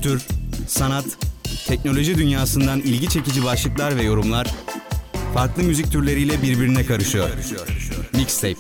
Kültür, sanat, teknoloji dünyasından ilgi çekici başlıklar ve yorumlar farklı müzik türleriyle birbirine karışıyor. Mixtape.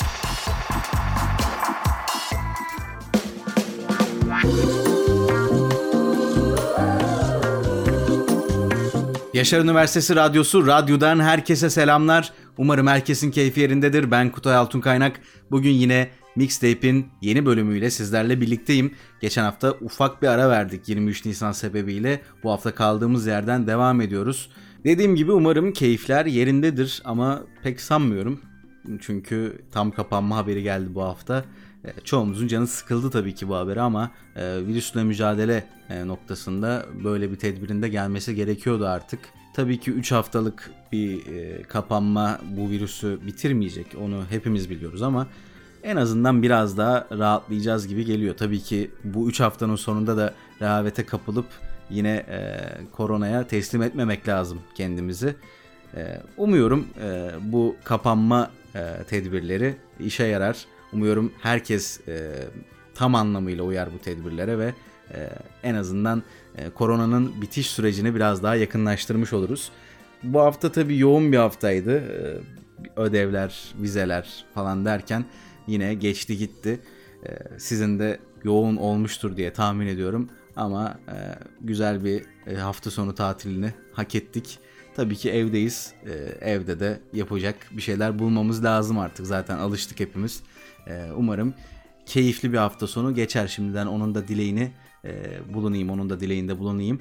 Yaşar Üniversitesi Radyosu Radyo'dan herkese selamlar. Umarım herkesin keyfi yerindedir. Ben Kutay Altunkaynak. Bugün yine Mixtape'in yeni bölümüyle sizlerle birlikteyim. Geçen hafta ufak bir ara verdik 23 Nisan sebebiyle. Bu hafta kaldığımız yerden devam ediyoruz. Dediğim gibi umarım keyifler yerindedir ama pek sanmıyorum. Çünkü tam kapanma haberi geldi bu hafta. Çoğumuzun canı sıkıldı tabii ki bu haberi ama virüsle mücadele noktasında böyle bir tedbirin de gelmesi gerekiyordu artık. Tabii ki 3 haftalık bir kapanma bu virüsü bitirmeyecek, onu hepimiz biliyoruz ama en azından biraz daha rahatlayacağız gibi geliyor. Tabii ki bu 3 haftanın sonunda da rehavete kapılıp yine koronaya teslim etmemek lazım kendimizi. Umuyorum bu kapanma tedbirleri işe yarar. Umuyorum herkes tam anlamıyla uyar bu tedbirlere ve en azından koronanın bitiş sürecini biraz daha yakınlaştırmış oluruz. Bu hafta tabii yoğun bir haftaydı. Ödevler, vizeler falan derken yine geçti gitti. Sizin de yoğun olmuştur diye tahmin ediyorum. Ama güzel bir hafta sonu tatilini hak ettik. Tabii ki evdeyiz. Evde de yapacak bir şeyler bulmamız lazım artık. Zaten alıştık hepimiz. Umarım keyifli bir hafta sonu geçer. Şimdiden onun da dileğini bulunayım. Onun da dileğinde bulunayım.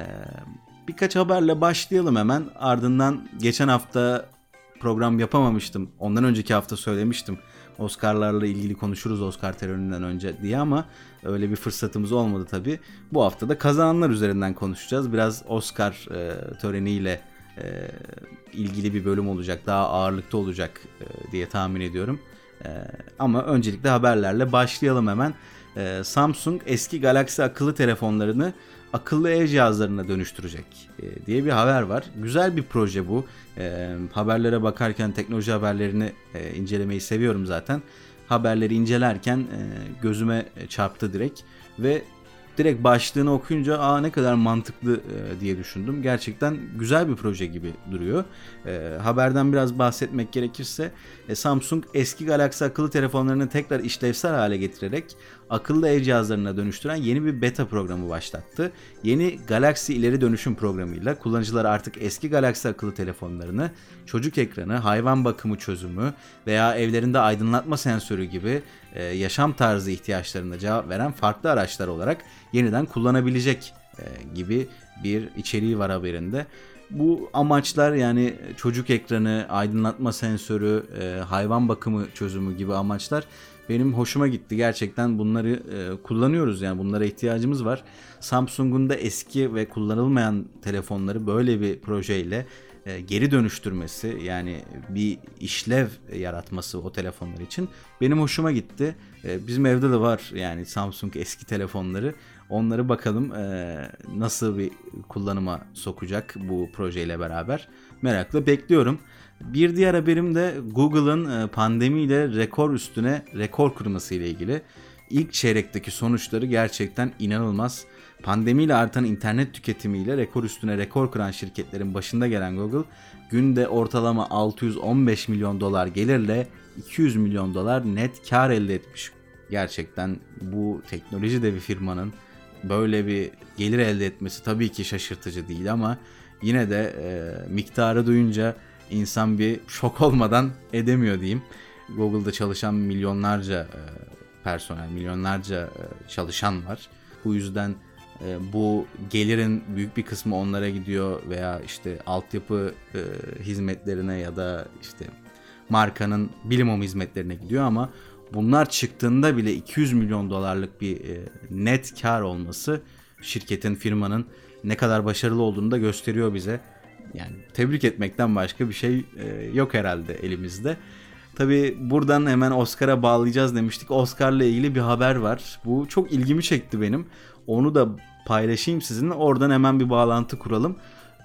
Birkaç haberle başlayalım hemen. Ardından geçen hafta program yapamamıştım. Ondan önceki hafta söylemiştim. Oscar'larla ilgili konuşuruz Oscar teröründen önce diye ama öyle bir fırsatımız olmadı tabii. Bu hafta da kazananlar üzerinden konuşacağız. Biraz Oscar töreniyle ilgili bir bölüm olacak. Daha ağırlıkta olacak diye tahmin ediyorum. Ama öncelikle haberlerle başlayalım hemen. Samsung eski Galaxy akıllı telefonlarını akıllı ev cihazlarına dönüştürecek diye bir haber var. Güzel bir proje bu. Haberlere bakarken teknoloji haberlerini incelemeyi seviyorum zaten. Haberleri incelerken gözüme çarptı direkt ve direkt başlığını okuyunca ne kadar mantıklı diye düşündüm. Gerçekten güzel bir proje gibi duruyor. Haberden biraz bahsetmek gerekirse Samsung eski Galaxy akıllı telefonlarını tekrar işlevsel hale getirerek akıllı ev cihazlarına dönüştüren yeni bir beta programı başlattı. Yeni Galaxy ileri dönüşüm programıyla kullanıcılar artık eski Galaxy akıllı telefonlarını çocuk ekranı, hayvan bakımı çözümü veya evlerinde aydınlatma sensörü gibi yaşam tarzı ihtiyaçlarına cevap veren farklı araçlar olarak yeniden kullanabilecek gibi bir içeriği var haberinde. Bu amaçlar yani çocuk ekranı, aydınlatma sensörü, hayvan bakımı çözümü gibi amaçlar benim hoşuma gitti. Gerçekten bunları kullanıyoruz yani bunlara ihtiyacımız var. Samsung'un da eski ve kullanılmayan telefonları böyle bir projeyle geri dönüştürmesi yani bir işlev yaratması o telefonlar için benim hoşuma gitti. Bizim evde de var yani Samsung eski telefonları. Onları bakalım nasıl bir kullanıma sokacak bu projeyle beraber. Merakla bekliyorum. Bir diğer haberim de Google'ın pandemiyle rekor üstüne rekor kırması ile ilgili. İlk çeyrekteki sonuçları gerçekten inanılmaz. Pandemiyle artan internet tüketimiyle rekor üstüne rekor kıran şirketlerin başında gelen Google, günde ortalama 615 milyon dolar gelirle 200 milyon dolar net kar elde etmiş. Gerçekten bu teknoloji devi firmanın böyle bir gelir elde etmesi tabii ki şaşırtıcı değil ama yine de miktarı duyunca insan bir şok olmadan edemiyor diyeyim. Google'da çalışan milyonlarca personel, milyonlarca çalışan var. Bu yüzden bu gelirin büyük bir kısmı onlara gidiyor veya işte altyapı hizmetlerine ya da işte markanın bilimum hizmetlerine gidiyor ama bunlar çıktığında bile 200 milyon dolarlık bir net kar olması şirketin, firmanın ne kadar başarılı olduğunu da gösteriyor bize. Yani tebrik etmekten başka bir şey yok herhalde elimizde. Tabii buradan hemen Oscar'a bağlayacağız demiştik. Oscar'la ilgili bir haber var. Bu çok ilgimi çekti benim. Onu da paylaşayım sizinle. Oradan hemen bir bağlantı kuralım.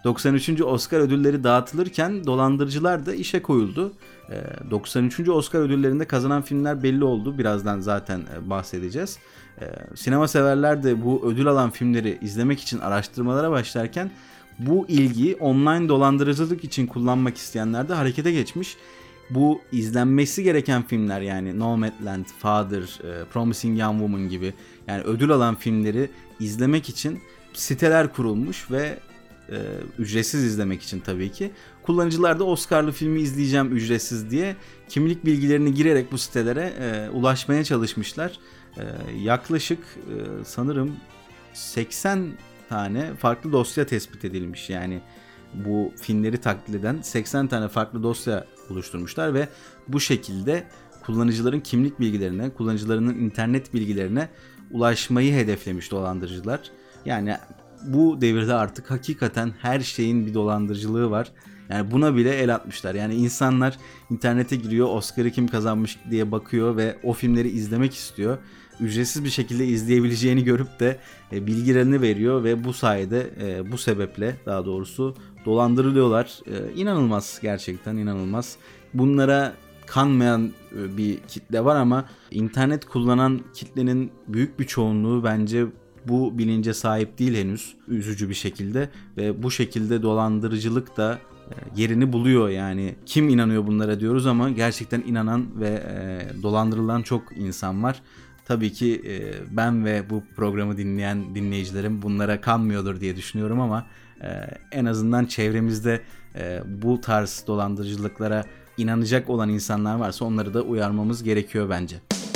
93. Oscar ödülleri dağıtılırken dolandırıcılar da işe koyuldu. 93. Oscar ödüllerinde kazanan filmler belli oldu. Birazdan zaten bahsedeceğiz. Sinema severler de bu ödül alan filmleri izlemek için araştırmalara başlarken bu ilgiyi online dolandırıcılık için kullanmak isteyenler de harekete geçmiş. Bu izlenmesi gereken filmler, yani Nomadland, Father, Promising Young Woman gibi, yani ödül alan filmleri izlemek için siteler kurulmuş ve ücretsiz izlemek için tabii ki. Kullanıcılar da Oscar'lı filmi izleyeceğim ücretsiz diye kimlik bilgilerini girerek bu sitelere ulaşmaya çalışmışlar. Yaklaşık sanırım 80 tane farklı dosya tespit edilmiş. Yani bu filmleri taklit eden 80 tane farklı dosya oluşturmuşlar ve bu şekilde kullanıcıların kimlik bilgilerine, kullanıcılarının internet bilgilerine ulaşmayı hedeflemiş dolandırıcılar. Yani bu devirde artık hakikaten her şeyin bir dolandırıcılığı var. Yani buna bile el atmışlar. Yani insanlar internete giriyor, Oscar'ı kim kazanmış diye bakıyor ve o filmleri izlemek istiyor. Ücretsiz bir şekilde izleyebileceğini görüp de bilgilerini veriyor ve bu sayede, bu sebeple daha doğrusu dolandırılıyorlar. İnanılmaz, gerçekten inanılmaz. Bunlara kanmayan bir kitle var ama internet kullanan kitlenin büyük bir çoğunluğu bence bu bilince sahip değil henüz, üzücü bir şekilde, ve bu şekilde dolandırıcılık da yerini buluyor. Yani kim inanıyor bunlara diyoruz ama gerçekten inanan ve dolandırılan çok insan var. Tabii ki ben ve bu programı dinleyen dinleyicilerim bunlara kanmıyordur diye düşünüyorum ama en azından çevremizde bu tarz dolandırıcılıklara inanacak olan insanlar varsa onları da uyarmamız gerekiyor bence.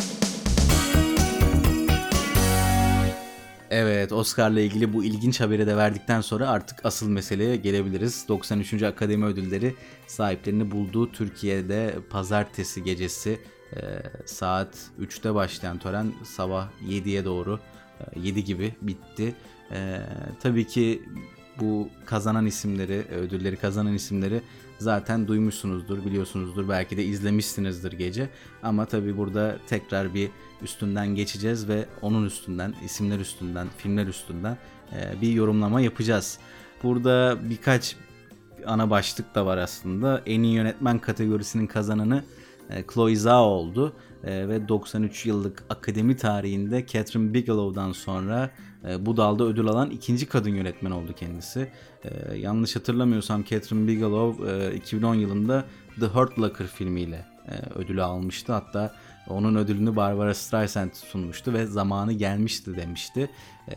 Evet, Oscar'la ilgili bu ilginç haberi de verdikten sonra artık asıl meseleye gelebiliriz. 93. Akademi Ödülleri sahiplerini buldu. Türkiye'de pazartesi gecesi saat 3'te başlayan tören sabah 7'ye doğru 7 gibi bitti. Tabii ki bu kazanan isimleri, ödülleri kazanan isimleri zaten duymuşsunuzdur, biliyorsunuzdur, belki de izlemişsinizdir gece. Ama tabii burada tekrar bir üstünden geçeceğiz ve onun üstünden, isimler üstünden, filmler üstünden bir yorumlama yapacağız. Burada birkaç ana başlık da var aslında. En iyi yönetmen kategorisinin kazananı Chloe Zhao oldu ve 93 yıllık akademi tarihinde Catherine Bigelow'dan sonra bu dalda ödül alan ikinci kadın yönetmen oldu kendisi. Yanlış hatırlamıyorsam Catherine Bigelow 2010 yılında The Hurt Locker filmiyle ödülü almıştı. Hatta onun ödülünü Barbara Streisand sunmuştu ve zamanı gelmişti demişti.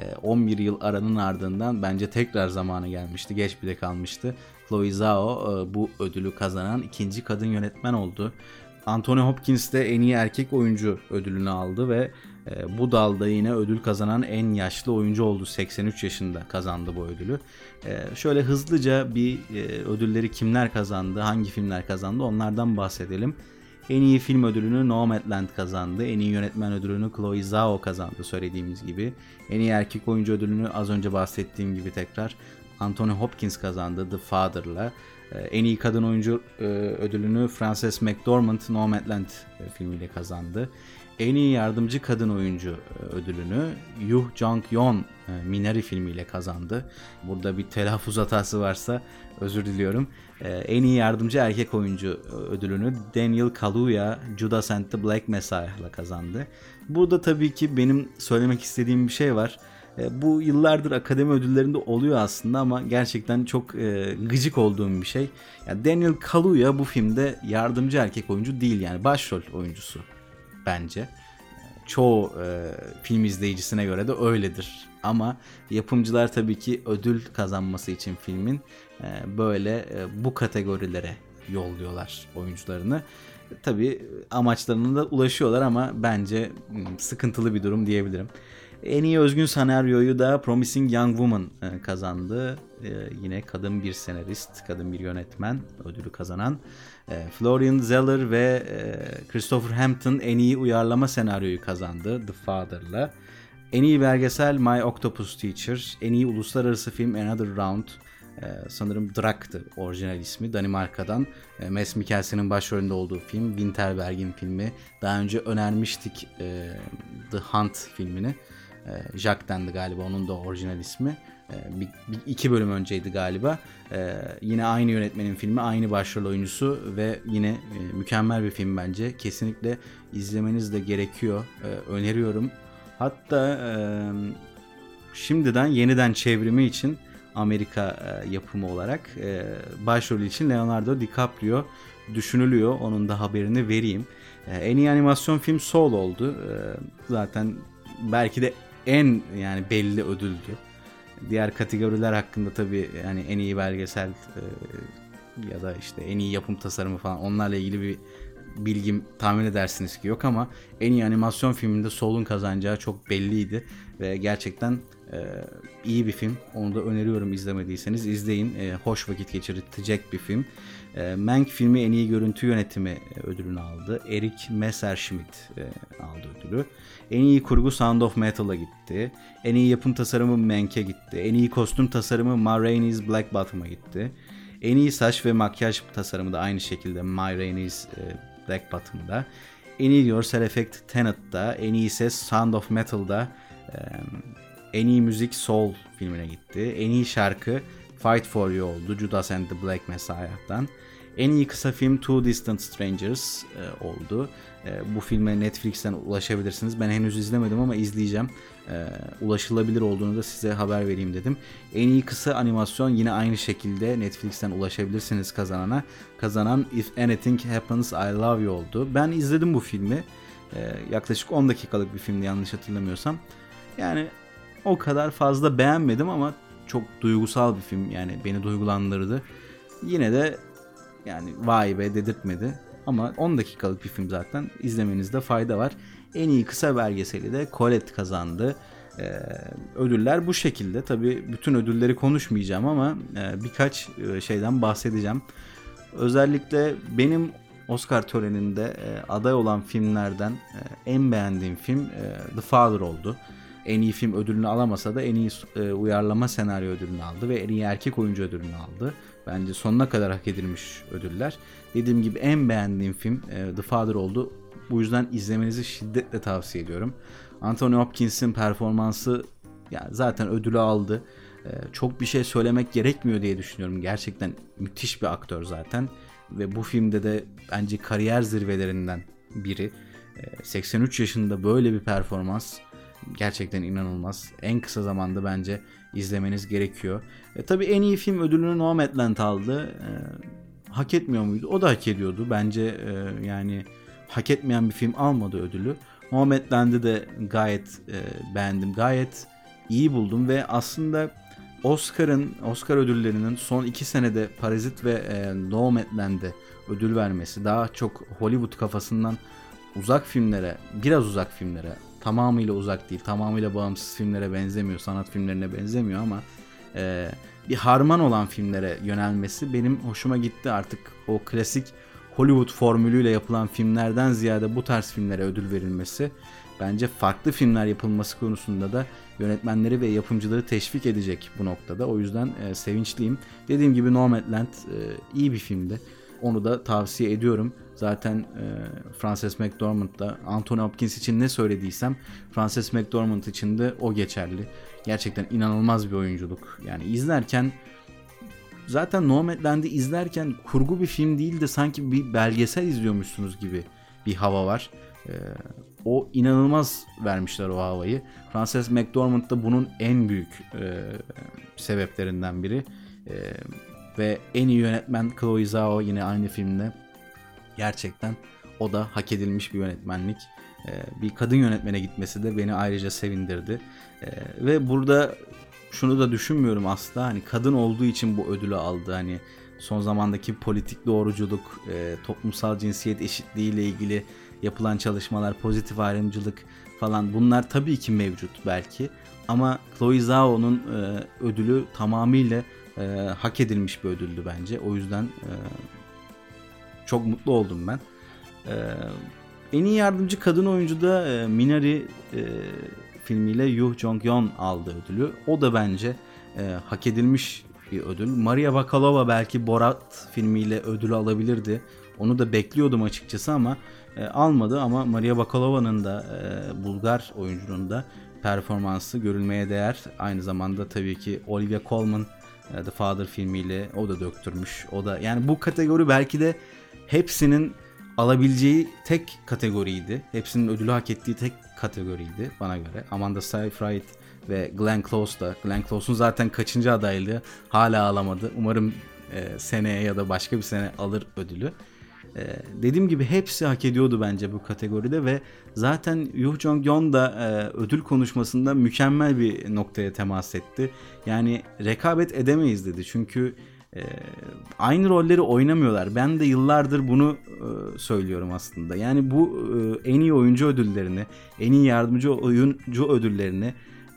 11 yıl aranın ardından bence tekrar zamanı gelmişti. Geç bile kalmıştı. Chloe Zhao bu ödülü kazanan ikinci kadın yönetmen oldu. Anthony Hopkins de en iyi erkek oyuncu ödülünü aldı ve bu dalda yine ödül kazanan en yaşlı oyuncu oldu. 83 yaşında kazandı bu ödülü. Şöyle hızlıca bir ödülleri kimler kazandı, hangi filmler kazandı onlardan bahsedelim. En iyi film ödülünü Nomadland kazandı. En iyi yönetmen ödülünü Chloe Zhao kazandı söylediğimiz gibi. En iyi erkek oyuncu ödülünü az önce bahsettiğim gibi tekrar Anthony Hopkins kazandı The Father'la. En iyi kadın oyuncu ödülünü Frances McDormand Nomadland filmiyle kazandı. En iyi yardımcı kadın oyuncu ödülünü Yoo Jung-yeon Minari filmiyle kazandı. Burada bir telaffuz hatası varsa özür diliyorum. En iyi yardımcı erkek oyuncu ödülünü Daniel Kaluuya Judas and the Black Messiah ile kazandı. Burada tabii ki benim söylemek istediğim bir şey var. Bu yıllardır akademi ödüllerinde oluyor aslında ama gerçekten çok gıcık olduğum bir şey. Yani Daniel Kaluuya bu filmde yardımcı erkek oyuncu değil, yani başrol oyuncusu bence. Çoğu film izleyicisine göre de öyledir. Ama yapımcılar tabii ki ödül kazanması için filmin böyle bu kategorilere yolluyorlar oyuncularını. Tabii amaçlarına da ulaşıyorlar ama bence sıkıntılı bir durum diyebilirim. En iyi özgün senaryoyu da Promising Young Woman kazandı. Yine kadın bir senarist, kadın bir yönetmen ödülü kazanan. Florian Zeller ve Christopher Hampton en iyi uyarlama senaryoyu kazandı The Father'la. En iyi belgesel My Octopus Teacher, en iyi uluslararası film Another Round, sanırım Drak'tı orijinal ismi, Danimarka'dan. Mads Mikkelsen'in başrolünde olduğu film, Winterberg'in filmi. Daha önce önermiştik The Hunt filmini. Jack'tendi galiba onun da orijinal ismi. 2 bölüm önceydi galiba. Yine aynı yönetmenin filmi, aynı başrol oyuncusu ve yine mükemmel bir film bence. Kesinlikle izlemeniz de gerekiyor. Öneriyorum. Hatta şimdiden yeniden çevrimi için Amerika yapımı olarak başrol için Leonardo DiCaprio düşünülüyor. Onun da haberini vereyim. En iyi animasyon film Soul oldu. Zaten belki de en yani belli ödüldü. Diğer kategoriler hakkında tabii yani en iyi belgesel ya da işte en iyi yapım tasarımı falan onlarla ilgili bir bilgim tahmin edersiniz ki yok ama en iyi animasyon filminde Soul'un kazanacağı çok belliydi ve gerçekten iyi bir film. Onu da öneriyorum, izlemediyseniz izleyin. Hoş vakit geçirtecek bir film. Mank filmi en iyi görüntü yönetimi ödülünü aldı. Erik Messerschmidt aldı ödülü. En iyi kurgu Sound of Metal'a gitti. En iyi yapım tasarımı Mank'e gitti. En iyi kostüm tasarımı Ma Rainey's Black Bottom'a gitti. En iyi saç ve makyaj tasarımı da aynı şekilde Ma Rainey's Black Bottom'da. En iyi görsel efekt Tenet'ta. En iyi ses Sound of Metal'da. En iyi müzik Soul filmine gitti. En iyi şarkı Fight For You oldu, Judas and the Black Messiah'tan. En iyi kısa film Two Distant Strangers oldu. Bu filme Netflix'ten ulaşabilirsiniz. Ben henüz izlemedim ama izleyeceğim. Ulaşılabilir olduğunu da size haber vereyim dedim. En iyi kısa animasyon yine aynı şekilde Netflix'ten ulaşabilirsiniz kazanana. Kazanan If Anything Happens I Love You oldu. Ben izledim bu filmi. Yaklaşık 10 dakikalık bir filmdi yanlış hatırlamıyorsam. Yani o kadar fazla beğenmedim ama çok duygusal bir film, yani beni duygulandırdı. Yine de yani vay be dedirtmedi ama 10 dakikalık bir film, zaten izlemenizde fayda var. En iyi kısa belgeseli de Colette kazandı. Ödüller bu şekilde. Tabii bütün ödülleri konuşmayacağım ama birkaç şeyden bahsedeceğim. Özellikle benim Oscar töreninde aday olan filmlerden en beğendiğim film The Father oldu. En iyi film ödülünü alamasa da en iyi uyarlama senaryo ödülünü aldı ve en iyi erkek oyuncu ödülünü aldı. Bence sonuna kadar hak edilmiş ödüller. Dediğim gibi en beğendiğim film The Father oldu. Bu yüzden izlemenizi şiddetle tavsiye ediyorum. Anthony Hopkins'in performansı ya zaten ödülü aldı. Çok bir şey söylemek gerekmiyor diye düşünüyorum. Gerçekten müthiş bir aktör zaten. Ve bu filmde de bence kariyer zirvelerinden biri. 83 yaşında böyle bir performans gerçekten inanılmaz. En kısa zamanda bence izlemeniz gerekiyor. Tabii en iyi film ödülünü Nomadland aldı. Hak etmiyor muydu? O da hak ediyordu. Bence yani hak etmeyen bir film almadı ödülü. Nomadland'ı de gayet beğendim. Gayet iyi buldum ve aslında Oscar ödüllerinin son 2 senede Parazit ve Nomadland'e ödül vermesi, daha çok Hollywood kafasından uzak filmlere, biraz uzak filmlere, tamamıyla uzak değil, tamamıyla bağımsız filmlere benzemiyor, sanat filmlerine benzemiyor ama bir harman olan filmlere yönelmesi benim hoşuma gitti. Artık o klasik Hollywood formülüyle yapılan filmlerden ziyade bu tarz filmlere ödül verilmesi bence farklı filmler yapılması konusunda da yönetmenleri ve yapımcıları teşvik edecek bu noktada. O yüzden sevinçliyim. Dediğim gibi Nomadland iyi bir filmdi. Onu da tavsiye ediyorum. Zaten Frances McDormand da Anthony Hopkins için ne söylediysem Frances McDormand için de o geçerli. Gerçekten inanılmaz bir oyunculuk. Yani izlerken, zaten Nomadland'ı izlerken kurgu bir film değil de sanki bir belgesel izliyormuşsunuz gibi bir hava var. O inanılmaz vermişler o havayı. Frances McDormand da bunun en büyük sebeplerinden biri. Ve en iyi yönetmen Chloe Zhao yine aynı filmde. Gerçekten o da hak edilmiş bir yönetmenlik. Bir kadın yönetmene gitmesi de beni ayrıca sevindirdi. Ve burada şunu da düşünmüyorum asla. Hani kadın olduğu için bu ödülü aldı. Hani son zamandaki politik doğruculuk, toplumsal cinsiyet eşitliği ile ilgili yapılan çalışmalar, pozitif ayrımcılık falan, bunlar tabii ki mevcut belki. Ama Chloe Zhao'nun ödülü tamamıyla hak edilmiş bir ödüldü bence. O yüzden çok mutlu oldum ben. En iyi yardımcı kadın oyuncu da Minari filmiyle Yoo Jong-yeon aldı ödülü. O da bence hak edilmiş bir ödül. Maria Bakalova belki Borat filmiyle ödülü alabilirdi. Onu da bekliyordum açıkçası ama almadı. Ama Maria Bakalova'nın da Bulgar oyuncunun da performansı görülmeye değer. Aynı zamanda tabii ki Olivia Colman The Father filmiyle o da döktürmüş. O da yani bu kategori belki de hepsinin alabileceği tek kategoriydi. Hepsinin ödülü hak ettiği tek kategoriydi bana göre. Amanda Seyfried ve Glenn Close da. Glenn Close'un zaten kaçıncı adaylığı hala alamadı. Umarım seneye ya da başka bir sene alır ödülü. Dediğim gibi hepsi hak ediyordu bence bu kategoride ve zaten Yoo Jong-yeon da ödül konuşmasında mükemmel bir noktaya temas etti. Yani rekabet edemeyiz dedi çünkü aynı rolleri oynamıyorlar. Ben de yıllardır bunu söylüyorum aslında. Yani bu en iyi oyuncu ödüllerini, en iyi yardımcı oyuncu ödüllerini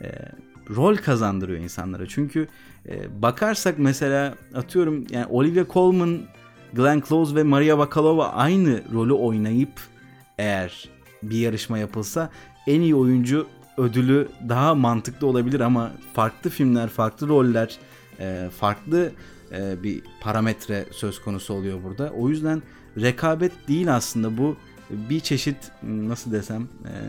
rol kazandırıyor insanlara. Çünkü bakarsak mesela atıyorum yani Olivia Colman, Glenn Close ve Maria Bakalova aynı rolü oynayıp eğer bir yarışma yapılsa en iyi oyuncu ödülü daha mantıklı olabilir ama farklı filmler, farklı roller, farklı bir parametre söz konusu oluyor burada. O yüzden rekabet değil aslında bu bir çeşit nasıl desem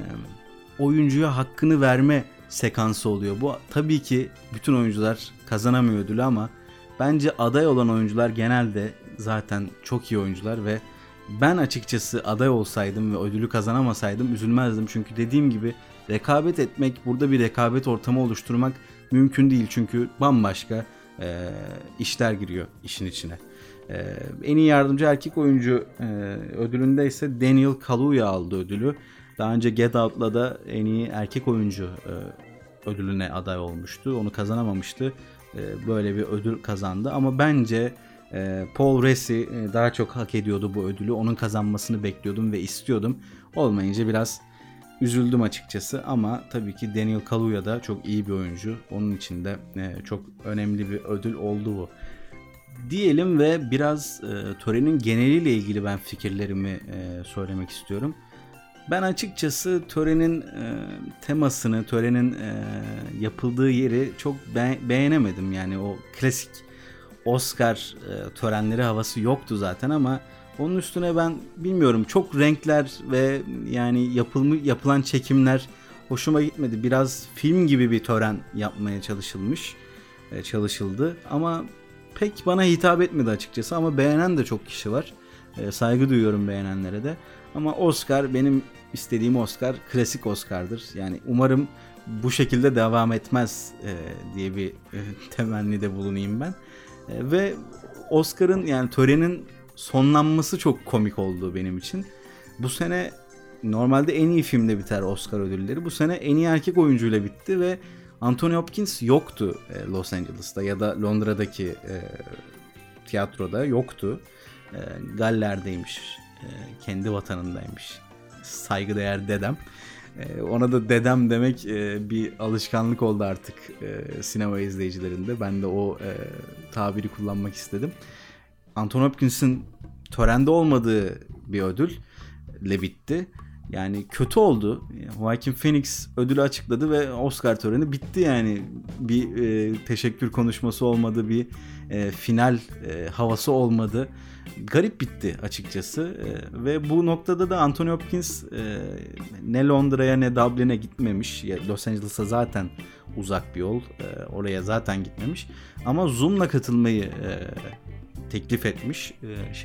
oyuncuya hakkını verme sekansı oluyor. Bu tabii ki bütün oyuncular kazanamıyor ödülü ama bence aday olan oyuncular genelde zaten çok iyi oyuncular ve ben açıkçası aday olsaydım ve ödülü kazanamasaydım üzülmezdim. Çünkü dediğim gibi rekabet etmek, burada bir rekabet ortamı oluşturmak mümkün değil. Çünkü bambaşka işler giriyor işin içine. En iyi yardımcı erkek oyuncu ödülünde ise Daniel Kaluuya aldı ödülü. Daha önce Get Out'la da en iyi erkek oyuncu ödülüne aday olmuştu. Onu kazanamamıştı. Böyle bir ödül kazandı ama bence Paul Raci daha çok hak ediyordu bu ödülü. Onun kazanmasını bekliyordum ve istiyordum. Olmayınca biraz üzüldüm açıkçası ama tabii ki Daniel Kaluuya da çok iyi bir oyuncu. Onun için de çok önemli bir ödül oldu bu. Diyelim ve biraz törenin geneliyle ilgili ben fikirlerimi söylemek istiyorum. Ben açıkçası törenin temasını, törenin yapıldığı yeri çok beğenemedim. Yani o klasik Oscar törenleri havası yoktu zaten ama onun üstüne ben bilmiyorum çok renkler ve yani yapılan çekimler hoşuma gitmedi. Biraz film gibi bir tören yapmaya çalışıldı ama pek bana hitap etmedi açıkçası ama beğenen de çok kişi var. Saygı duyuyorum beğenenlere de. Ama Oscar benim istediğim Oscar klasik Oscar'dır. Yani umarım bu şekilde devam etmez diye bir temennide bulunayım ben. Ve Oscar'ın yani törenin sonlanması çok komik oldu benim için. Bu sene normalde en iyi filmde biter Oscar ödülleri. Bu sene en iyi erkek oyuncuyla bitti ve Anthony Hopkins yoktu Los Angeles'ta ya da Londra'daki tiyatroda yoktu. Galler'deymiş. Kendi vatanındaymış. Saygıdeğer dedem. Ona da dedem demek bir alışkanlık oldu artık sinema izleyicilerinde. Ben de o tabiri kullanmak istedim. Anthony Hopkins'in törende olmadığı bir ödülle bitti. Yani kötü oldu. Joaquin Phoenix ödülü açıkladı ve Oscar töreni bitti yani. Bir teşekkür konuşması olmadı, bir final havası olmadı. Garip bitti açıkçası ve bu noktada da Anthony Hopkins ne Londra'ya ne Dublin'e gitmemiş. Los Angeles'a zaten uzak bir yol. Oraya zaten gitmemiş. Ama Zoom'la katılmayı teklif etmiş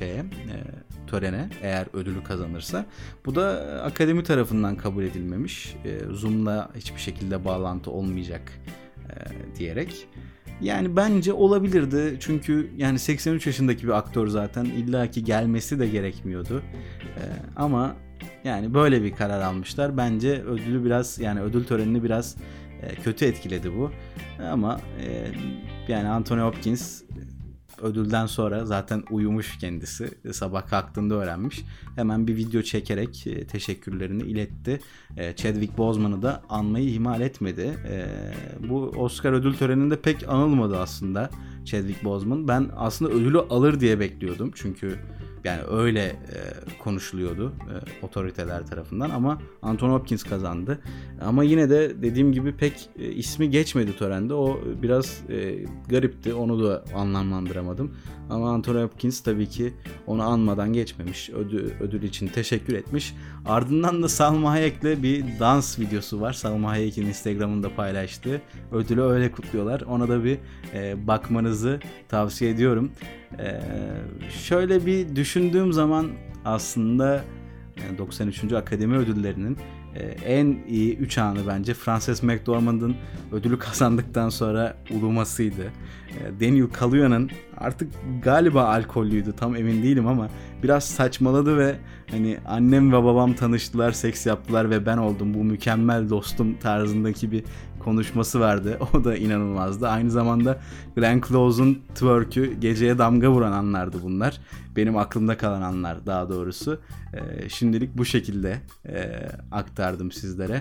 törene eğer ödülü kazanırsa. Bu da akademi tarafından kabul edilmemiş. Zoom'la hiçbir şekilde bağlantı olmayacak diyerek. Yani bence olabilirdi çünkü yani 83 yaşındaki bir aktör zaten illaki gelmesi de gerekmiyordu. Ama yani böyle bir karar almışlar. Bence ödülü biraz yani ödül törenini biraz kötü etkiledi bu. Ama yani Anthony Hopkins ödülden sonra zaten uyumuş kendisi. Sabah kalktığında öğrenmiş. Hemen bir video çekerek teşekkürlerini iletti. Chadwick Boseman'ı da anmayı ihmal etmedi. Bu Oscar ödül töreninde pek anılmadı aslında Chadwick Boseman. Ben aslında ödülü alır diye bekliyordum. Çünkü Yani öyle konuşuluyordu otoriteler tarafından ama Anthony Hopkins kazandı. Ama yine de dediğim gibi pek ismi geçmedi törende. O biraz garipti. Onu da anlamlandıramadım. Ama Anthony Hopkins tabii ki onu anmadan geçmemiş. Ödül için teşekkür etmiş. Ardından da Salma Hayek'le bir dans videosu var. Salma Hayek'in Instagram'ında paylaştığı. Ödülü öyle kutluyorlar. Ona da bir bakmanızı tavsiye ediyorum. Şöyle bir düşündüğüm zaman aslında 93. Akademi Ödülleri'nin en iyi 3 anı bence Frances McDormand'ın ödülü kazandıktan sonra ulumasıydı. Daniel Kaluuya'nın artık galiba alkollüydü, tam emin değilim ama biraz saçmaladı ve hani annem ve babam tanıştılar, seks yaptılar ve ben oldum, bu mükemmel dostum tarzındaki bir konuşması vardı. O da inanılmazdı. Aynı zamanda Glenn Close'un twerk'ü, geceye damga vuran anlardı bunlar. Benim aklımda kalan anlar daha doğrusu. Şimdilik bu şekilde aktardım sizlere.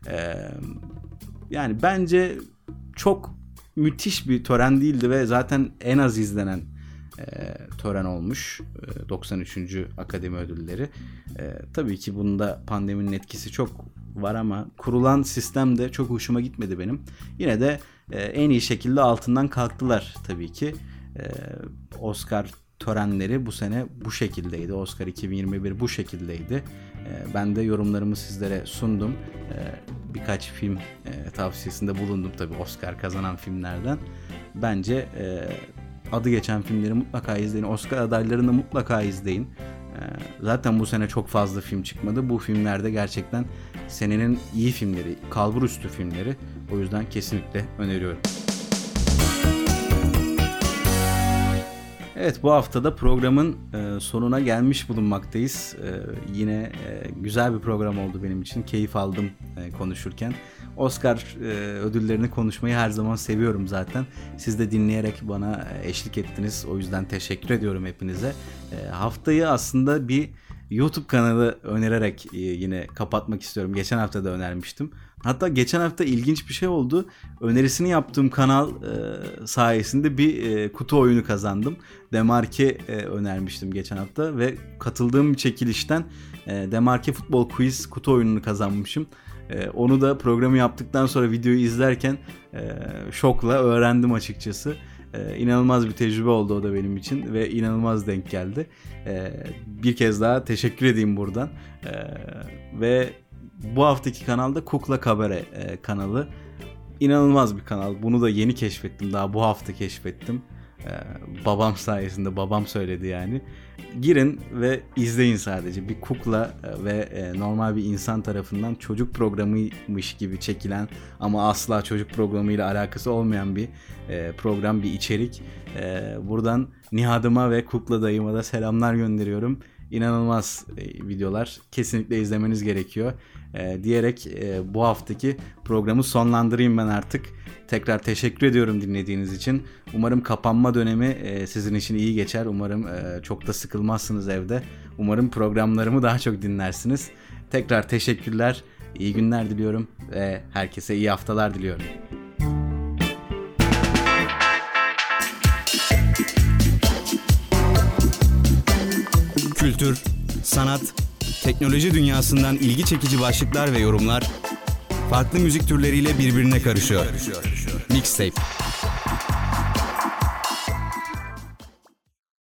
Yani bence çok müthiş bir tören değildi ve zaten en az izlenen tören olmuş 93. Akademi Ödülleri. Tabii ki bunda pandeminin etkisi çok var ama kurulan sistem de çok hoşuma gitmedi benim. Yine de en iyi şekilde altından kalktılar tabii ki. Oscar törenleri bu sene bu şekildeydi. Oscar 2021 bu şekildeydi. Ben de yorumlarımı sizlere sundum. Birkaç film tavsiyesinde bulundum tabii Oscar kazanan filmlerden. Bence adı geçen filmleri mutlaka izleyin. Oscar adaylarını mutlaka izleyin. Zaten bu sene çok fazla film çıkmadı. Bu filmlerde gerçekten senenin iyi filmleri, kalburüstü filmleri. O yüzden kesinlikle öneriyorum. Evet, bu haftada programın sonuna gelmiş bulunmaktayız. Yine güzel bir program oldu benim için. Keyif aldım konuşurken. Oscar ödüllerini konuşmayı her zaman seviyorum zaten. Siz de dinleyerek bana eşlik ettiniz. O yüzden teşekkür ediyorum hepinize. Haftayı aslında bir YouTube kanalı önererek yine kapatmak istiyorum. Geçen hafta da önermiştim. Hatta geçen hafta ilginç bir şey oldu. Önerisini yaptığım kanal sayesinde bir kutu oyunu kazandım. Demarke önermiştim geçen hafta ve katıldığım bir çekilişten Demarke Futbol Quiz kutu oyununu kazanmışım. Onu da programı yaptıktan sonra videoyu izlerken şokla öğrendim açıkçası. İnanılmaz bir tecrübe oldu o da benim için ve inanılmaz denk geldi. Bir kez daha teşekkür edeyim buradan. Ve bu haftaki kanalda Kukla Kabare kanalı. İnanılmaz bir kanal. Bunu da yeni keşfettim. Daha bu hafta keşfettim. Babam sayesinde, babam söyledi yani. Girin ve izleyin sadece. Bir kukla ve normal bir insan tarafından çocuk programıymış gibi çekilen ama asla çocuk programıyla alakası olmayan bir program, bir içerik. Buradan Nihat'ıma ve Kukla dayıma da selamlar gönderiyorum. İnanılmaz videolar. Kesinlikle izlemeniz gerekiyor. Diyerek bu haftaki programı sonlandırayım ben artık. Tekrar teşekkür ediyorum dinlediğiniz için. Umarım kapanma dönemi sizin için iyi geçer. Umarım çok da sıkılmazsınız evde. Umarım programlarımı daha çok dinlersiniz. Tekrar teşekkürler. İyi günler diliyorum ve herkese iyi haftalar diliyorum. Kültür, sanat, teknoloji dünyasından ilgi çekici başlıklar ve yorumlar farklı müzik türleriyle birbirine karışıyor. Mixtape.